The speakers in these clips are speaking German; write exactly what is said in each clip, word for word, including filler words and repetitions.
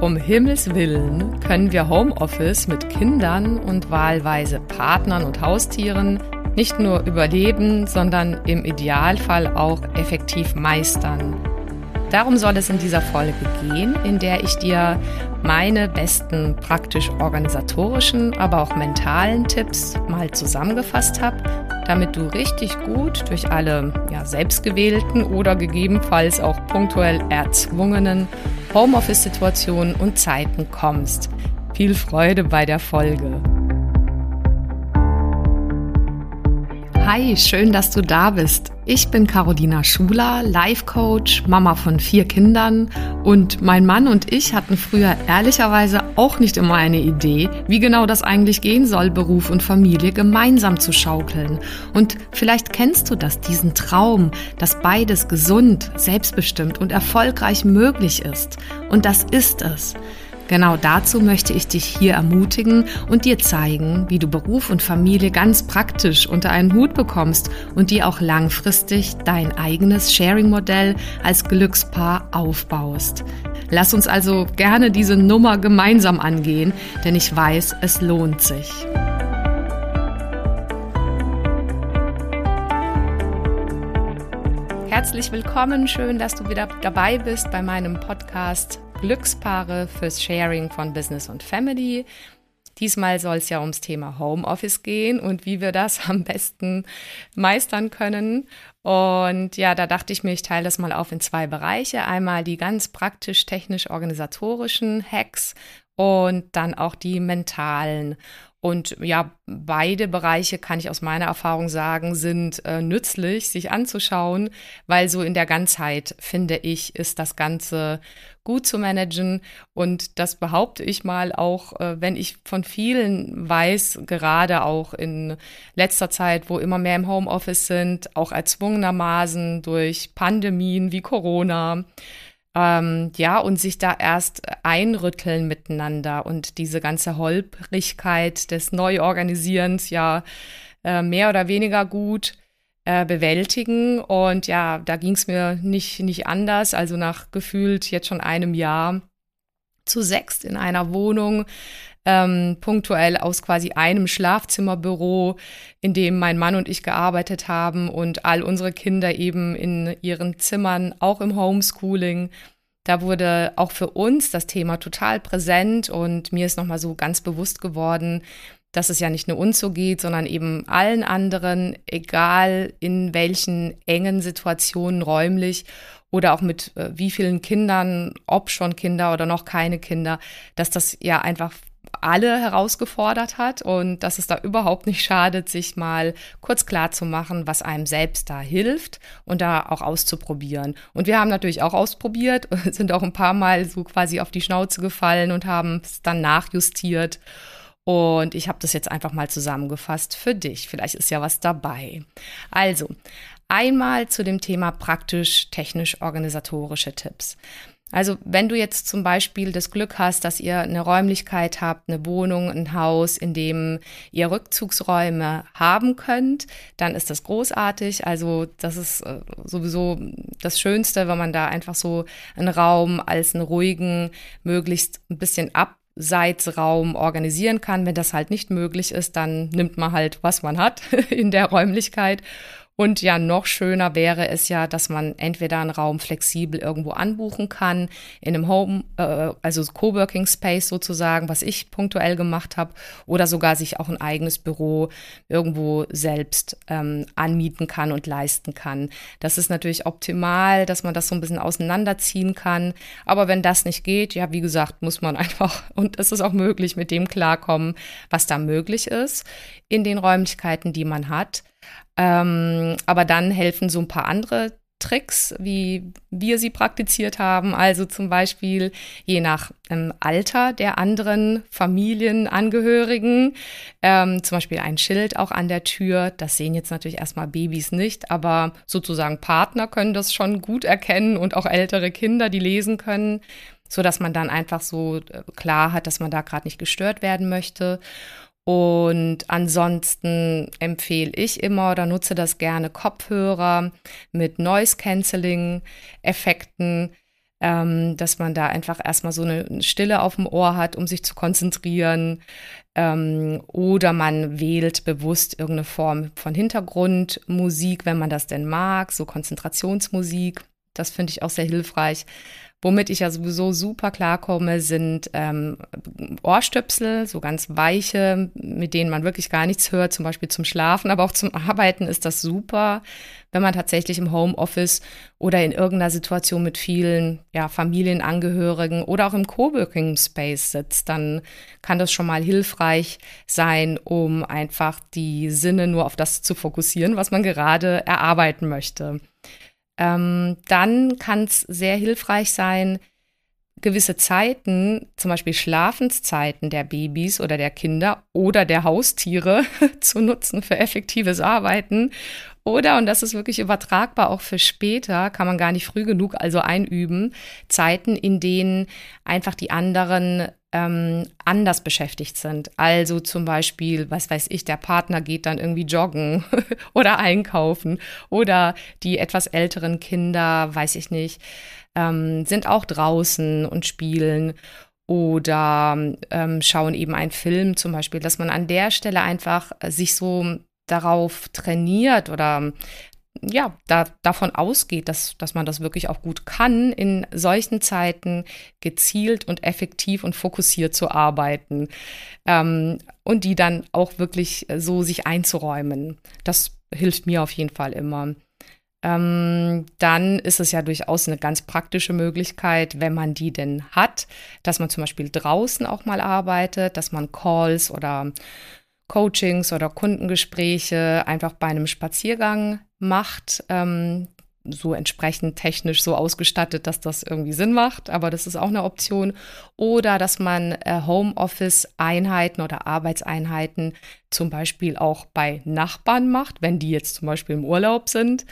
Um Himmels Willen können wir Homeoffice mit Kindern und wahlweise Partnern und Haustieren nicht nur überleben, sondern im Idealfall auch effektiv meistern. Darum soll es in dieser Folge gehen, in der ich dir meine besten praktisch-organisatorischen, aber auch mentalen Tipps mal zusammengefasst habe, damit du richtig gut durch alle ja, selbstgewählten oder gegebenenfalls auch punktuell erzwungenen Homeoffice-Situationen und Zeiten kommst. Viel Freude bei der Folge! Hi, schön, dass du da bist. Ich bin Carolina Schuler, Life Coach, Mama von vier Kindern und mein Mann und ich hatten früher ehrlicherweise auch nicht immer eine Idee, wie genau das eigentlich gehen soll, Beruf und Familie gemeinsam zu schaukeln. Und vielleicht kennst du das, diesen Traum, dass beides gesund, selbstbestimmt und erfolgreich möglich ist. Und das ist es. Genau dazu möchte ich dich hier ermutigen und dir zeigen, wie du Beruf und Familie ganz praktisch unter einen Hut bekommst und dir auch langfristig dein eigenes Sharing-Modell als Glückspaar aufbaust. Lass uns also gerne diese Nummer gemeinsam angehen, denn ich weiß, es lohnt sich. Herzlich willkommen, schön, dass du wieder dabei bist bei meinem Podcast Glückspaare fürs Sharing von Business und Family. Diesmal soll es ja ums Thema Homeoffice gehen und wie wir das am besten meistern können. Und ja, da dachte ich mir, ich teile das mal auf in zwei Bereiche. Einmal die ganz praktisch technisch-organisatorischen Hacks und dann auch die mentalen. Und ja, beide Bereiche, kann ich aus meiner Erfahrung sagen, sind äh, nützlich, sich anzuschauen, weil so in der Ganzheit, finde ich, ist das Ganze gut zu managen. Und das behaupte ich mal auch, äh, wenn ich von vielen weiß, gerade auch in letzter Zeit, wo immer mehr im Homeoffice sind, auch erzwungenermaßen durch Pandemien wie Corona, Ähm, ja, und sich da erst einrütteln miteinander und diese ganze Holprigkeit des Neuorganisierens ja äh, mehr oder weniger gut äh, bewältigen. Und ja, da ging es mir nicht, nicht anders. Also nach gefühlt jetzt schon einem Jahr zu sechst in einer Wohnung, ähm, punktuell aus quasi einem Schlafzimmerbüro, in dem mein Mann und ich gearbeitet haben und all unsere Kinder eben in ihren Zimmern, auch im Homeschooling. Da wurde auch für uns das Thema total präsent und mir ist nochmal so ganz bewusst geworden, dass es ja nicht nur uns so geht, sondern eben allen anderen, egal in welchen engen Situationen räumlich oder auch mit äh, wie vielen Kindern, ob schon Kinder oder noch keine Kinder, dass das ja einfach alle herausgefordert hat und dass es da überhaupt nicht schadet, sich mal kurz klar zu machen, was einem selbst da hilft und da auch auszuprobieren. Und wir haben natürlich auch ausprobiert, sind auch ein paar Mal so quasi auf die Schnauze gefallen und haben es dann nachjustiert. Und ich habe das jetzt einfach mal zusammengefasst für dich. Vielleicht ist ja was dabei. Also, einmal zu dem Thema praktisch, technisch, organisatorische Tipps. Also wenn du jetzt zum Beispiel das Glück hast, dass ihr eine Räumlichkeit habt, eine Wohnung, ein Haus, in dem ihr Rückzugsräume haben könnt, dann ist das großartig. Also das ist äh, sowieso das Schönste, wenn man da einfach so einen Raum als einen ruhigen, möglichst ein bisschen Abseitsraum organisieren kann. Wenn das halt nicht möglich ist, dann nimmt man halt, was man hat in der Räumlichkeit. Und ja, noch schöner wäre es ja, dass man entweder einen Raum flexibel irgendwo anbuchen kann, in einem Home, äh, also Coworking Space sozusagen, was ich punktuell gemacht habe, oder sogar sich auch ein eigenes Büro irgendwo selbst ähm, anmieten kann und leisten kann. Das ist natürlich optimal, dass man das so ein bisschen auseinanderziehen kann. Aber wenn das nicht geht, ja, wie gesagt, muss man einfach, und es ist auch möglich, mit dem klarkommen, was da möglich ist in den Räumlichkeiten, die man hat. Ähm, aber dann helfen so ein paar andere Tricks, wie wir sie praktiziert haben. Also zum Beispiel je nach ähm, Alter der anderen Familienangehörigen, ähm, zum Beispiel ein Schild auch an der Tür. Das sehen jetzt natürlich erstmal Babys nicht, aber sozusagen Partner können das schon gut erkennen und auch ältere Kinder, die lesen können, sodass man dann einfach so klar hat, dass man da gerade nicht gestört werden möchte. Und ansonsten empfehle ich immer oder nutze das gerne Kopfhörer mit Noise-Canceling-Effekten. ähm, dass man da einfach erstmal so eine Stille auf dem Ohr hat, um sich zu konzentrieren. Ähm, oder man wählt bewusst irgendeine Form von Hintergrundmusik, wenn man das denn mag, so Konzentrationsmusik. Das finde ich auch sehr hilfreich. Womit ich ja sowieso super klarkomme, sind ähm, Ohrstöpsel, so ganz weiche, mit denen man wirklich gar nichts hört, zum Beispiel zum Schlafen, aber auch zum Arbeiten ist das super. Wenn man tatsächlich im Homeoffice oder in irgendeiner Situation mit vielen ja, Familienangehörigen oder auch im Coworking Space sitzt, dann kann das schon mal hilfreich sein, um einfach die Sinne nur auf das zu fokussieren, was man gerade erarbeiten möchte. Ähm, dann kann es sehr hilfreich sein, gewisse Zeiten, zum Beispiel Schlafenszeiten der Babys oder der Kinder oder der Haustiere zu nutzen für effektives Arbeiten. Oder, und das ist wirklich übertragbar auch für später, kann man gar nicht früh genug also einüben, Zeiten, in denen einfach die anderen ähm, anders beschäftigt sind. Also zum Beispiel, was weiß ich, der Partner geht dann irgendwie joggen oder einkaufen oder die etwas älteren Kinder, weiß ich nicht, ähm, sind auch draußen und spielen oder ähm, schauen eben einen Film zum Beispiel, dass man an der Stelle einfach sich so darauf trainiert oder ja, da, davon ausgeht, dass, dass man das wirklich auch gut kann, in solchen Zeiten gezielt und effektiv und fokussiert zu arbeiten ähm, und die dann auch wirklich so sich einzuräumen. Das hilft mir auf jeden Fall immer. Ähm, dann ist es ja durchaus eine ganz praktische Möglichkeit, wenn man die denn hat, dass man zum Beispiel draußen auch mal arbeitet, dass man Calls oder Coachings oder Kundengespräche einfach bei einem Spaziergang macht, ähm, so entsprechend technisch so ausgestattet, dass das irgendwie Sinn macht, aber das ist auch eine Option. Oder dass man äh, Homeoffice-Einheiten oder Arbeitseinheiten zum Beispiel auch bei Nachbarn macht, wenn die jetzt zum Beispiel im Urlaub sind.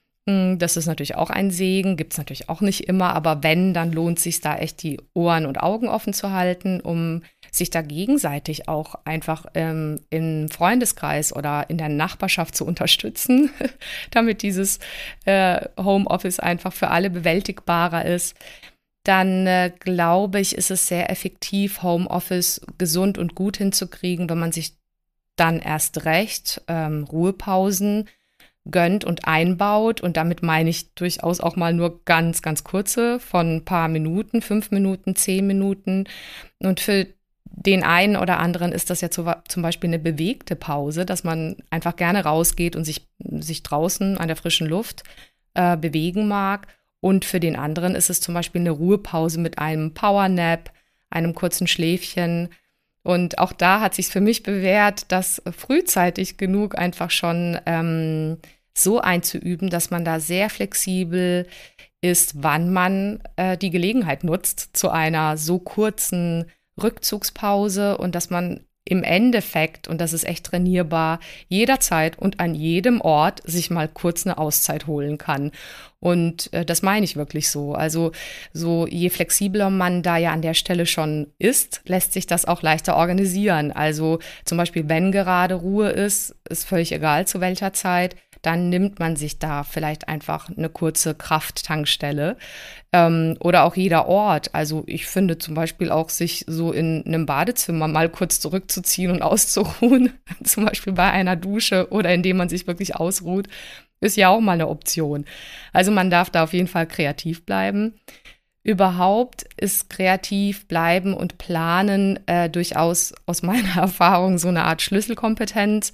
Das ist natürlich auch ein Segen, gibt es natürlich auch nicht immer, aber wenn, dann lohnt es sich da echt die Ohren und Augen offen zu halten, um sich da gegenseitig auch einfach ähm, im Freundeskreis oder in der Nachbarschaft zu unterstützen, damit dieses äh, Homeoffice einfach für alle bewältigbarer ist. Dann äh, glaube ich, ist es sehr effektiv, Homeoffice gesund und gut hinzukriegen, wenn man sich dann erst recht ähm, Ruhepausen gönnt und einbaut. Und damit meine ich durchaus auch mal nur ganz, ganz kurze von ein paar Minuten, fünf Minuten, zehn Minuten. Und für den einen oder anderen ist das ja zum Beispiel eine bewegte Pause, dass man einfach gerne rausgeht und sich, sich draußen an der frischen Luft äh, bewegen mag. Und für den anderen ist es zum Beispiel eine Ruhepause mit einem Powernap, einem kurzen Schläfchen. Und auch da hat sich für mich bewährt, das frühzeitig genug einfach schon ähm, so einzuüben, dass man da sehr flexibel ist, wann man äh, die Gelegenheit nutzt zu einer so kurzen Rückzugspause und dass man im Endeffekt, und das ist echt trainierbar, jederzeit und an jedem Ort sich mal kurz eine Auszeit holen kann. Und äh, das meine ich wirklich so. Also so je flexibler man da ja an der Stelle schon ist, lässt sich das auch leichter organisieren. Also zum Beispiel, wenn gerade Ruhe ist, ist völlig egal zu welcher Zeit, dann nimmt man sich da vielleicht einfach eine kurze Krafttankstelle ähm, oder auch jeder Ort. Also ich finde zum Beispiel auch, sich so in einem Badezimmer mal kurz zurückzuziehen und auszuruhen, zum Beispiel bei einer Dusche oder indem man sich wirklich ausruht, ist ja auch mal eine Option. Also man darf da auf jeden Fall kreativ bleiben. Überhaupt ist kreativ bleiben und planen äh, durchaus aus meiner Erfahrung so eine Art Schlüsselkompetenz.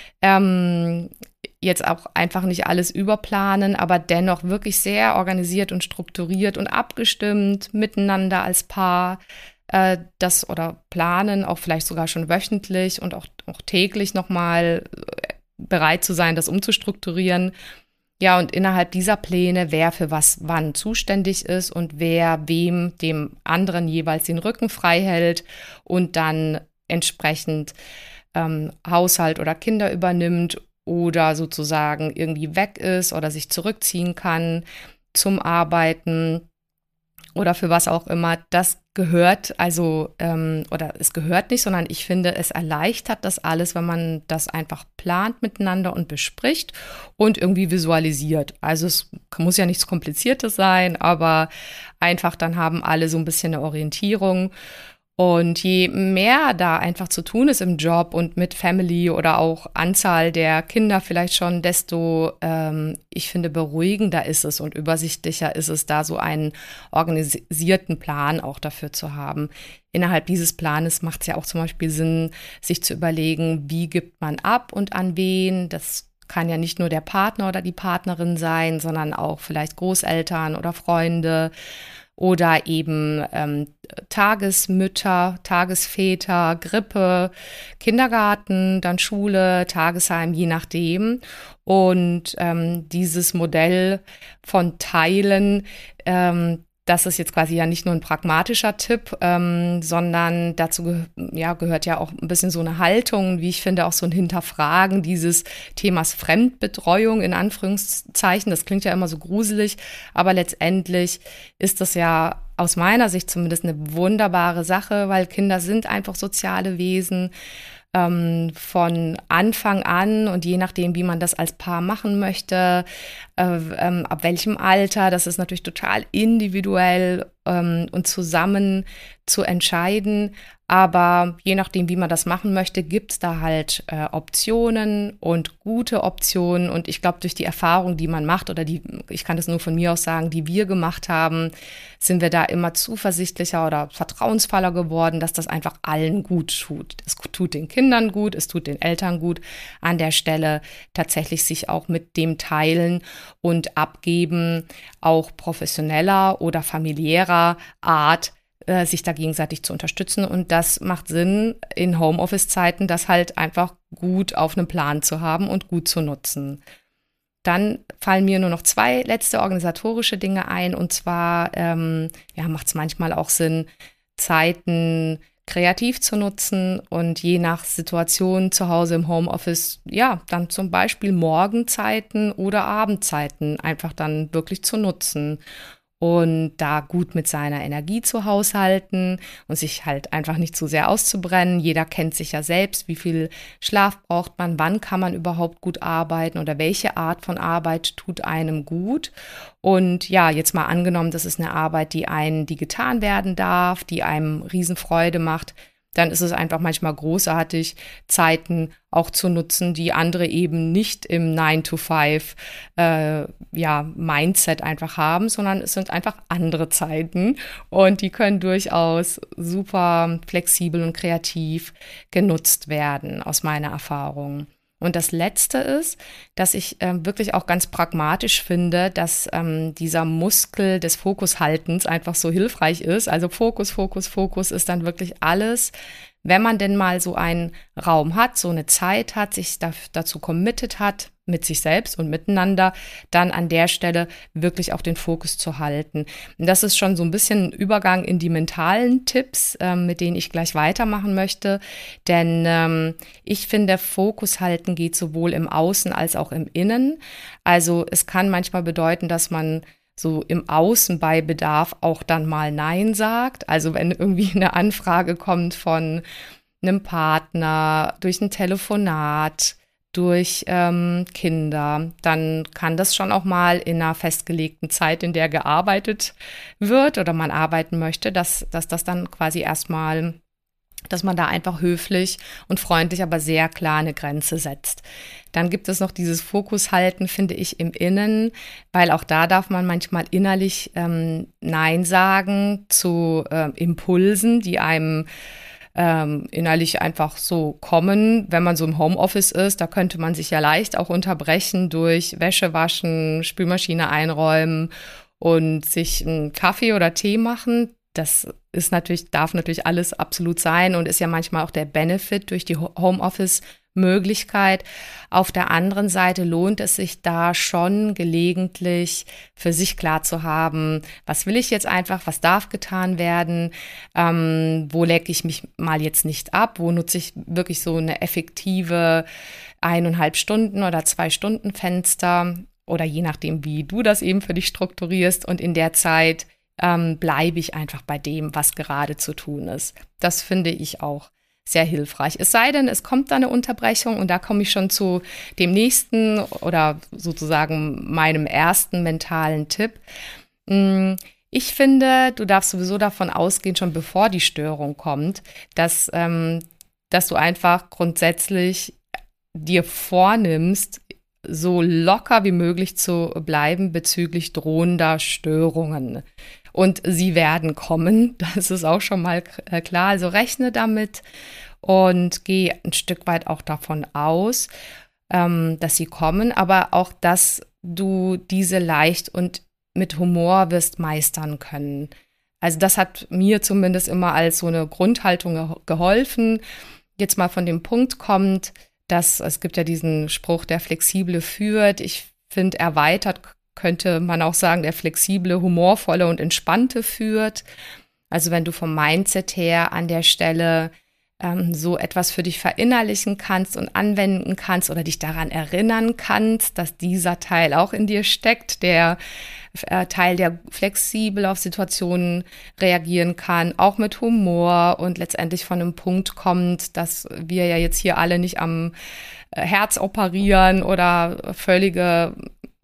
Ähm, jetzt auch einfach nicht alles überplanen, aber dennoch wirklich sehr organisiert und strukturiert und abgestimmt miteinander als Paar äh, das oder planen, auch vielleicht sogar schon wöchentlich und auch, auch täglich nochmal bereit zu sein, das umzustrukturieren. Ja, und innerhalb dieser Pläne, wer für was wann zuständig ist und wer wem dem anderen jeweils den Rücken frei hält und dann entsprechend ähm, Haushalt oder Kinder übernimmt oder sozusagen irgendwie weg ist oder sich zurückziehen kann zum Arbeiten. oder für was auch immer, das gehört, also, ähm, oder es gehört nicht, sondern ich finde, es erleichtert das alles, wenn man das einfach plant miteinander und bespricht und irgendwie visualisiert. Also es muss ja nichts Kompliziertes sein, aber einfach dann haben alle so ein bisschen eine Orientierung. Und je mehr da einfach zu tun ist im Job und mit Family oder auch Anzahl der Kinder vielleicht schon, desto, ähm, ich finde, beruhigender ist es und übersichtlicher ist es, da so einen organisierten Plan auch dafür zu haben. Innerhalb dieses Planes macht es ja auch zum Beispiel Sinn, sich zu überlegen, wie gibt man ab und an wen. Das kann ja nicht nur der Partner oder die Partnerin sein, sondern auch vielleicht Großeltern oder Freunde. Oder eben ähm, Tagesmütter, Tagesväter, Grippe, Kindergarten, dann Schule, Tagesheim, je nachdem. Und ähm, dieses Modell von Teilen, ähm, das ist jetzt quasi ja nicht nur ein pragmatischer Tipp, ähm, sondern dazu ge- ja, gehört ja auch ein bisschen so eine Haltung, wie ich finde, auch so ein Hinterfragen dieses Themas Fremdbetreuung in Anführungszeichen. Das klingt ja immer so gruselig, aber letztendlich ist das ja aus meiner Sicht zumindest eine wunderbare Sache, weil Kinder sind einfach soziale Wesen. Ähm, von Anfang an und je nachdem, wie man das als Paar machen möchte, äh, ähm, ab welchem Alter, das ist natürlich total individuell ähm, und zusammen zu entscheiden. Aber je nachdem, wie man das machen möchte, gibt es da halt äh, Optionen und gute Optionen. Und ich glaube, durch die Erfahrung, die man macht, oder die, ich kann das nur von mir aus sagen, die wir gemacht haben, sind wir da immer zuversichtlicher oder vertrauensvoller geworden, dass das einfach allen gut tut. Es tut den Kindern gut, es tut den Eltern gut, an der Stelle tatsächlich sich auch mit dem Teilen und Abgeben auch professioneller oder familiärer Art sich da gegenseitig zu unterstützen. Und das macht Sinn in Homeoffice-Zeiten, das halt einfach gut auf einem Plan zu haben und gut zu nutzen. Dann fallen mir nur noch zwei letzte organisatorische Dinge ein. Und zwar ähm, ja, macht es manchmal auch Sinn, Zeiten kreativ zu nutzen und je nach Situation zu Hause im Homeoffice, ja, dann zum Beispiel Morgenzeiten oder Abendzeiten einfach dann wirklich zu nutzen. Und da gut mit seiner Energie zu haushalten und sich halt einfach nicht zu sehr auszubrennen. Jeder kennt sich ja selbst, wie viel Schlaf braucht man, wann kann man überhaupt gut arbeiten oder welche Art von Arbeit tut einem gut. Und ja, jetzt mal angenommen, das ist eine Arbeit, die einen, die getan werden darf, die einem Riesenfreude macht, dann ist es einfach manchmal großartig, Zeiten auch zu nutzen, die andere eben nicht im nine to five äh, ja, Mindset einfach haben, sondern es sind einfach andere Zeiten und die können durchaus super flexibel und kreativ genutzt werden, aus meiner Erfahrung. Und das Letzte ist, dass ich äh, wirklich auch ganz pragmatisch finde, dass ähm, dieser Muskel des Fokushaltens einfach so hilfreich ist. Also Fokus, Fokus, Fokus ist dann wirklich alles, wenn man denn mal so einen Raum hat, so eine Zeit hat, sich da, dazu committed hat, mit sich selbst und miteinander, dann an der Stelle wirklich auch den Fokus zu halten. Und das ist schon so ein bisschen ein Übergang in die mentalen Tipps, ähm, mit denen ich gleich weitermachen möchte. Denn ähm, ich finde, Fokus halten geht sowohl im Außen als auch im Innen. Also es kann manchmal bedeuten, dass man so im Außen bei Bedarf auch dann mal Nein sagt. Also wenn irgendwie eine Anfrage kommt von einem Partner, durch ein Telefonat, durch ähm, Kinder, dann kann das schon auch mal in einer festgelegten Zeit, in der gearbeitet wird oder man arbeiten möchte, dass, dass das dann quasi erstmal, dass man da einfach höflich und freundlich, aber sehr klar eine Grenze setzt. Dann gibt es noch dieses Fokushalten, finde ich, im Innen, weil auch da darf man manchmal innerlich ähm, Nein sagen zu äh, Impulsen, die einem Ähm, innerlich einfach so kommen, wenn man so im Homeoffice ist. Da könnte man sich ja leicht auch unterbrechen durch Wäsche waschen, Spülmaschine einräumen und sich einen Kaffee oder Tee machen. Das ist natürlich, darf natürlich alles absolut sein und ist ja manchmal auch der Benefit durch die Homeoffice-Möglichkeit. Auf der anderen Seite lohnt es sich da schon gelegentlich für sich klar zu haben, was will ich jetzt einfach, was darf getan werden, ähm, wo lecke ich mich mal jetzt nicht ab, wo nutze ich wirklich so eine effektive eineinhalb Stunden oder zwei Stunden Fenster oder je nachdem, wie du das eben für dich strukturierst und in der Zeit ähm, bleibe ich einfach bei dem, was gerade zu tun ist. Das finde ich auch sehr hilfreich. Es sei denn, es kommt da eine Unterbrechung und da komme ich schon zu dem nächsten oder sozusagen meinem ersten mentalen Tipp. Ich finde, du darfst sowieso davon ausgehen, schon bevor die Störung kommt, dass, ähm, dass du einfach grundsätzlich dir vornimmst, so locker wie möglich zu bleiben bezüglich drohender Störungen. Und sie werden kommen, das ist auch schon mal klar. Also rechne damit und geh ein Stück weit auch davon aus, ähm, dass sie kommen, aber auch, dass du diese leicht und mit Humor wirst meistern können. Also das hat mir zumindest immer als so eine Grundhaltung geholfen. Jetzt mal von dem Punkt kommt, dass es gibt ja diesen Spruch, der Flexible führt. Ich finde, erweitert könnte man auch sagen, der Flexible, Humorvolle und Entspannte führt. Also wenn du vom Mindset her an der Stelle ähm, so etwas für dich verinnerlichen kannst und anwenden kannst oder dich daran erinnern kannst, dass dieser Teil auch in dir steckt, der äh, Teil, der flexibel auf Situationen reagieren kann, auch mit Humor und letztendlich von einem Punkt kommt, dass wir ja jetzt hier alle nicht am äh, Herz operieren oder völlige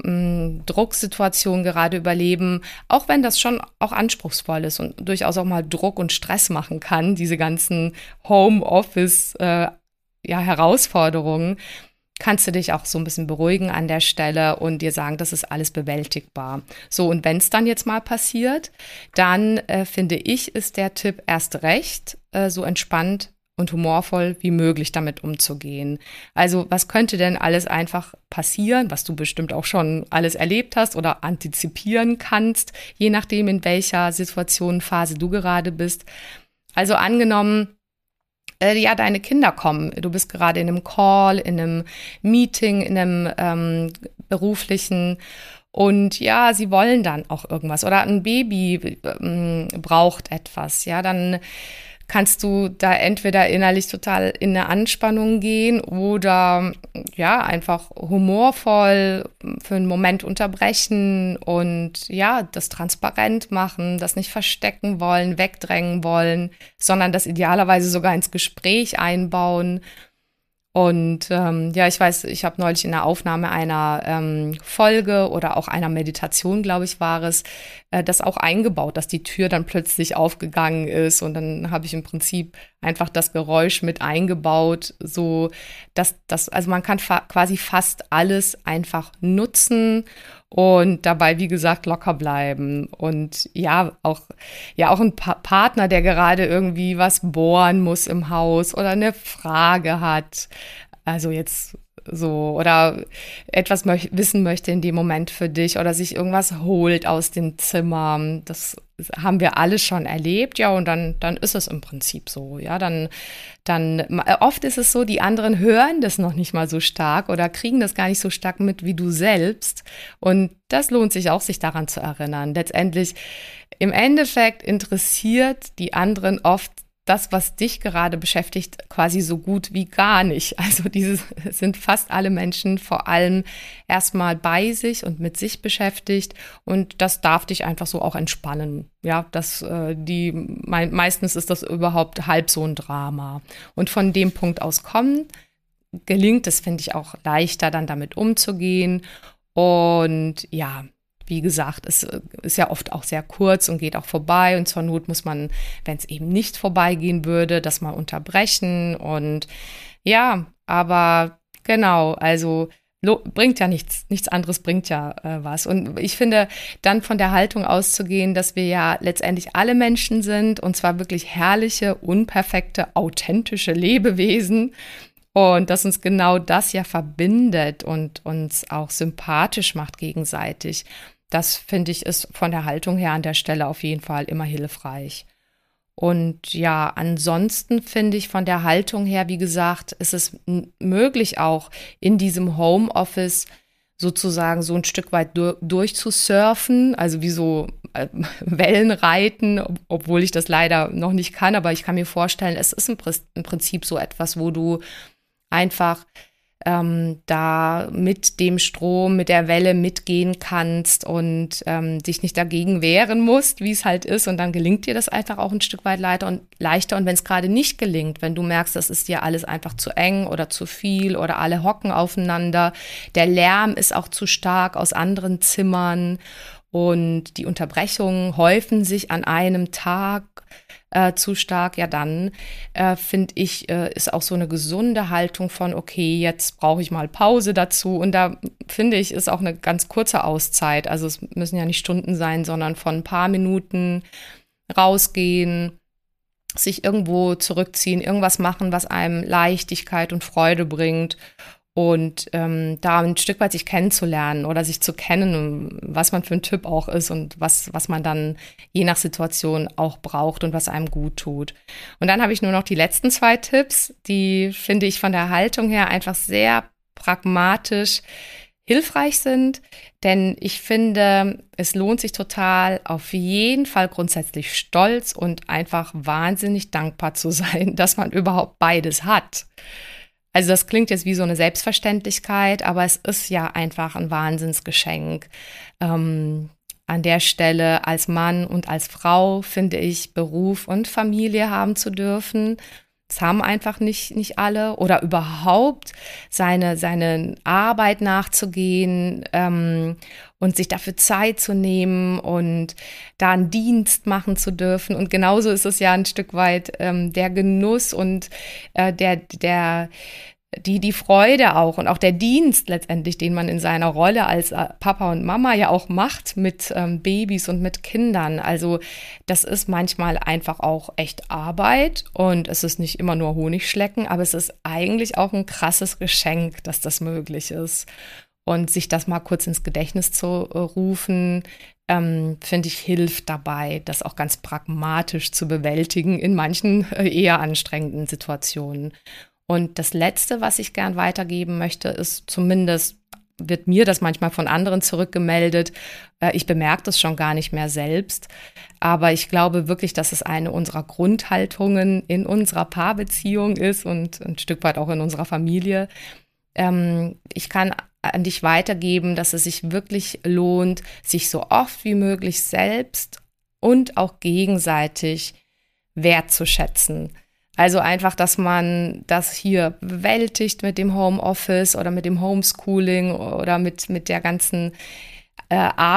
Drucksituation gerade überleben, auch wenn das schon auch anspruchsvoll ist und durchaus auch mal Druck und Stress machen kann, diese ganzen Homeoffice äh, ja, Herausforderungen, kannst du dich auch so ein bisschen beruhigen an der Stelle und dir sagen, das ist alles bewältigbar. So, und wenn es dann jetzt mal passiert, dann äh, finde ich, ist der Tipp erst recht äh, so entspannt und humorvoll wie möglich damit umzugehen. Also was könnte denn alles einfach passieren, was du bestimmt auch schon alles erlebt hast oder antizipieren kannst, je nachdem, in welcher Situation, Phase du gerade bist. Also angenommen, äh, ja, deine Kinder kommen, du bist gerade in einem Call, in einem Meeting, in einem ähm, beruflichen und ja, sie wollen dann auch irgendwas oder ein Baby ähm, braucht etwas, ja, dann kannst du da entweder innerlich total in eine Anspannung gehen oder ja, einfach humorvoll für einen Moment unterbrechen und ja, das transparent machen, das nicht verstecken wollen, wegdrängen wollen, sondern das idealerweise sogar ins Gespräch einbauen. Und ähm, ja, ich weiß, ich habe neulich in der Aufnahme einer ähm, Folge oder auch einer Meditation, glaube ich, war es, äh, das auch eingebaut, dass die Tür dann plötzlich aufgegangen ist. Und dann habe ich im Prinzip einfach das Geräusch mit eingebaut, so dass das, also man kann fa- quasi fast alles einfach nutzen und dabei, wie gesagt, locker bleiben. Und ja, auch, ja, auch ein pa- Partner, der gerade irgendwie was bohren muss im Haus oder eine Frage hat. Also jetzt so, oder etwas möch- wissen möchte in dem Moment für dich oder sich irgendwas holt aus dem Zimmer. Das haben wir alle schon erlebt, ja, und dann, dann ist es im Prinzip so, ja, dann, dann, oft ist es so, die anderen hören das noch nicht mal so stark oder kriegen das gar nicht so stark mit wie du selbst und das lohnt sich auch, sich daran zu erinnern. Letztendlich, im Endeffekt interessiert die anderen oft das, was dich gerade beschäftigt, quasi so gut wie gar nicht. Also diese sind fast alle Menschen vor allem erstmal bei sich und mit sich beschäftigt und das darf dich einfach so auch entspannen. Ja, das, äh, die, me- meistens ist das überhaupt halb so ein Drama. Und von dem Punkt aus kommen, gelingt es, finde ich, auch leichter, dann damit umzugehen. Und ja, wie gesagt, es ist ja oft auch sehr kurz und geht auch vorbei und zur Not muss man, wenn es eben nicht vorbeigehen würde, das mal unterbrechen und ja, aber genau, also lo- bringt ja nichts, nichts anderes bringt ja äh, was und ich finde, dann von der Haltung auszugehen, dass wir ja letztendlich alle Menschen sind und zwar wirklich herrliche, unperfekte, authentische Lebewesen, und dass uns genau das ja verbindet und uns auch sympathisch macht gegenseitig. Das finde ich ist von der Haltung her an der Stelle auf jeden Fall immer hilfreich. Und ja, ansonsten finde ich von der Haltung her, wie gesagt, ist es m- möglich auch in diesem Homeoffice sozusagen so ein Stück weit dur- durchzusurfen, also wie so äh, Wellen reiten, ob- obwohl ich das leider noch nicht kann, aber ich kann mir vorstellen, es ist im, Pr- im Prinzip so etwas, wo du einfach ähm, da mit dem Strom, mit der Welle mitgehen kannst und ähm, dich nicht dagegen wehren musst, wie es halt ist. Und dann gelingt dir das einfach auch ein Stück weit leichter und leichter. Und wenn es gerade nicht gelingt, wenn du merkst, das ist dir alles einfach zu eng oder zu viel oder alle hocken aufeinander, der Lärm ist auch zu stark aus anderen Zimmern und die Unterbrechungen häufen sich an einem Tag Äh, zu stark, ja dann äh, finde ich, äh, ist auch so eine gesunde Haltung von, okay, jetzt brauche ich mal Pause dazu und da finde ich, ist auch eine ganz kurze Auszeit, also es müssen ja nicht Stunden sein, sondern von ein paar Minuten rausgehen, sich irgendwo zurückziehen, irgendwas machen, was einem Leichtigkeit und Freude bringt. Und ähm, da ein Stück weit sich kennenzulernen oder sich zu kennen, was man für ein Typ auch ist und was, was man dann je nach Situation auch braucht und was einem gut tut. Und dann habe ich nur noch die letzten zwei Tipps, die finde ich von der Haltung her einfach sehr pragmatisch hilfreich sind. Denn ich finde, es lohnt sich total, auf jeden Fall grundsätzlich stolz und einfach wahnsinnig dankbar zu sein, dass man überhaupt beides hat. Also das klingt jetzt wie so eine Selbstverständlichkeit, aber es ist ja einfach ein Wahnsinnsgeschenk. Ähm, an der Stelle als Mann und als Frau finde ich, Beruf und Familie haben zu dürfen. Das haben einfach nicht, nicht alle. Oder überhaupt seine, seine Arbeit nachzugehen ähm, und sich dafür Zeit zu nehmen und da einen Dienst machen zu dürfen. Und genauso ist es ja ein Stück weit ähm, der Genuss und äh, der, der die, die Freude auch und auch der Dienst letztendlich, den man in seiner Rolle als Papa und Mama ja auch macht mit ähm, Babys und mit Kindern. Also das ist manchmal einfach auch echt Arbeit und es ist nicht immer nur Honigschlecken, aber es ist eigentlich auch ein krasses Geschenk, dass das möglich ist. Und sich das mal kurz ins Gedächtnis zu äh, rufen, ähm, finde ich, hilft dabei, das auch ganz pragmatisch zu bewältigen in manchen äh, eher anstrengenden Situationen. Und das Letzte, was ich gern weitergeben möchte, ist zumindest, wird mir das manchmal von anderen zurückgemeldet, äh, ich bemerke das schon gar nicht mehr selbst, aber ich glaube wirklich, dass es eine unserer Grundhaltungen in unserer Paarbeziehung ist und ein Stück weit auch in unserer Familie. Ähm, ich kann an dich weitergeben, dass es sich wirklich lohnt, sich so oft wie möglich selbst und auch gegenseitig wertzuschätzen. Also einfach, dass man das hier bewältigt mit dem Homeoffice oder mit dem Homeschooling oder mit, mit der ganzen äh,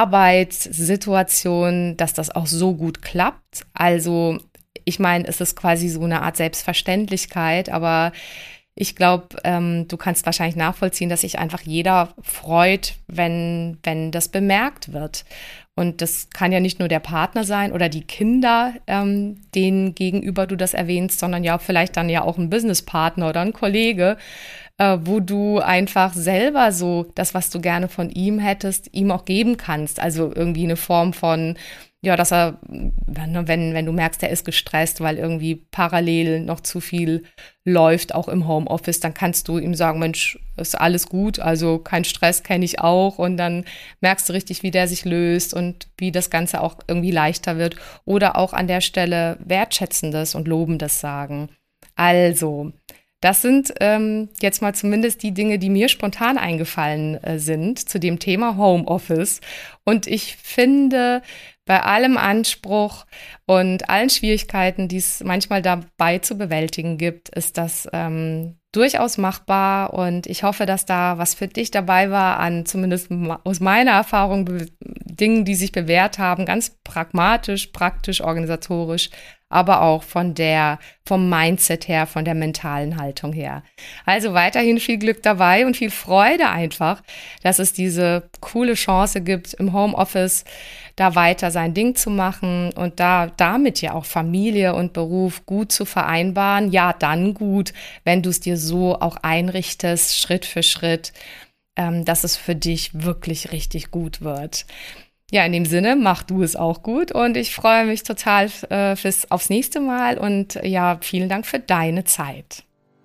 Arbeitssituation, dass das auch so gut klappt. Also ich meine, es ist quasi so eine Art Selbstverständlichkeit, aber ich glaube, ähm, du kannst wahrscheinlich nachvollziehen, dass sich einfach jeder freut, wenn, wenn das bemerkt wird. Und das kann ja nicht nur der Partner sein oder die Kinder, ähm, denen gegenüber du das erwähnst, sondern ja vielleicht dann ja auch ein Businesspartner oder ein Kollege, äh, wo du einfach selber so das, was du gerne von ihm hättest, ihm auch geben kannst. Also irgendwie eine Form von, ja, dass er, wenn, wenn, wenn du merkst, er ist gestresst, weil irgendwie parallel noch zu viel läuft, auch im Homeoffice, dann kannst du ihm sagen, Mensch, ist alles gut, also kein Stress, kenne ich auch. Und dann merkst du richtig, wie der sich löst und wie das Ganze auch irgendwie leichter wird. Oder auch an der Stelle Wertschätzendes und Lobendes sagen. Also, das sind ähm, jetzt mal zumindest die Dinge, die mir spontan eingefallen äh, sind zu dem Thema Homeoffice. Und ich finde, bei allem Anspruch und allen Schwierigkeiten, die es manchmal dabei zu bewältigen gibt, ist das ähm, durchaus machbar. Und ich hoffe, dass da was für dich dabei war an zumindest aus meiner Erfahrung be- Dingen, die sich bewährt haben, ganz pragmatisch, praktisch, organisatorisch, aber auch von der, vom Mindset her, von der mentalen Haltung her. Also weiterhin viel Glück dabei und viel Freude einfach, dass es diese coole Chance gibt, im Homeoffice da weiter sein Ding zu machen und da damit ja auch Familie und Beruf gut zu vereinbaren. Ja, dann gut, wenn du es dir so auch einrichtest, Schritt für Schritt, ähm, dass es für dich wirklich richtig gut wird. Ja, in dem Sinne, mach du es auch gut und ich freue mich total äh, fürs, aufs nächste Mal und ja, vielen Dank für deine Zeit.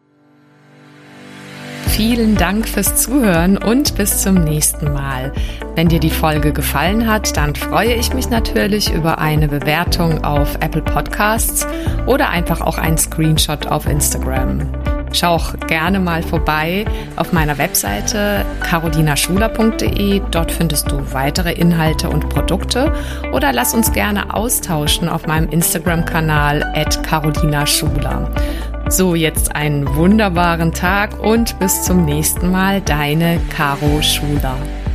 Vielen Dank fürs Zuhören und bis zum nächsten Mal. Wenn dir die Folge gefallen hat, dann freue ich mich natürlich über eine Bewertung auf Apple Podcasts oder einfach auch einen Screenshot auf Instagram. Schau auch gerne mal vorbei auf meiner Webseite carolina schuler punkt de. Dort findest du weitere Inhalte und Produkte. Oder lass uns gerne austauschen auf meinem Instagram-Kanal at carolina schuler. So, jetzt einen wunderbaren Tag und bis zum nächsten Mal, deine Caro Schuler.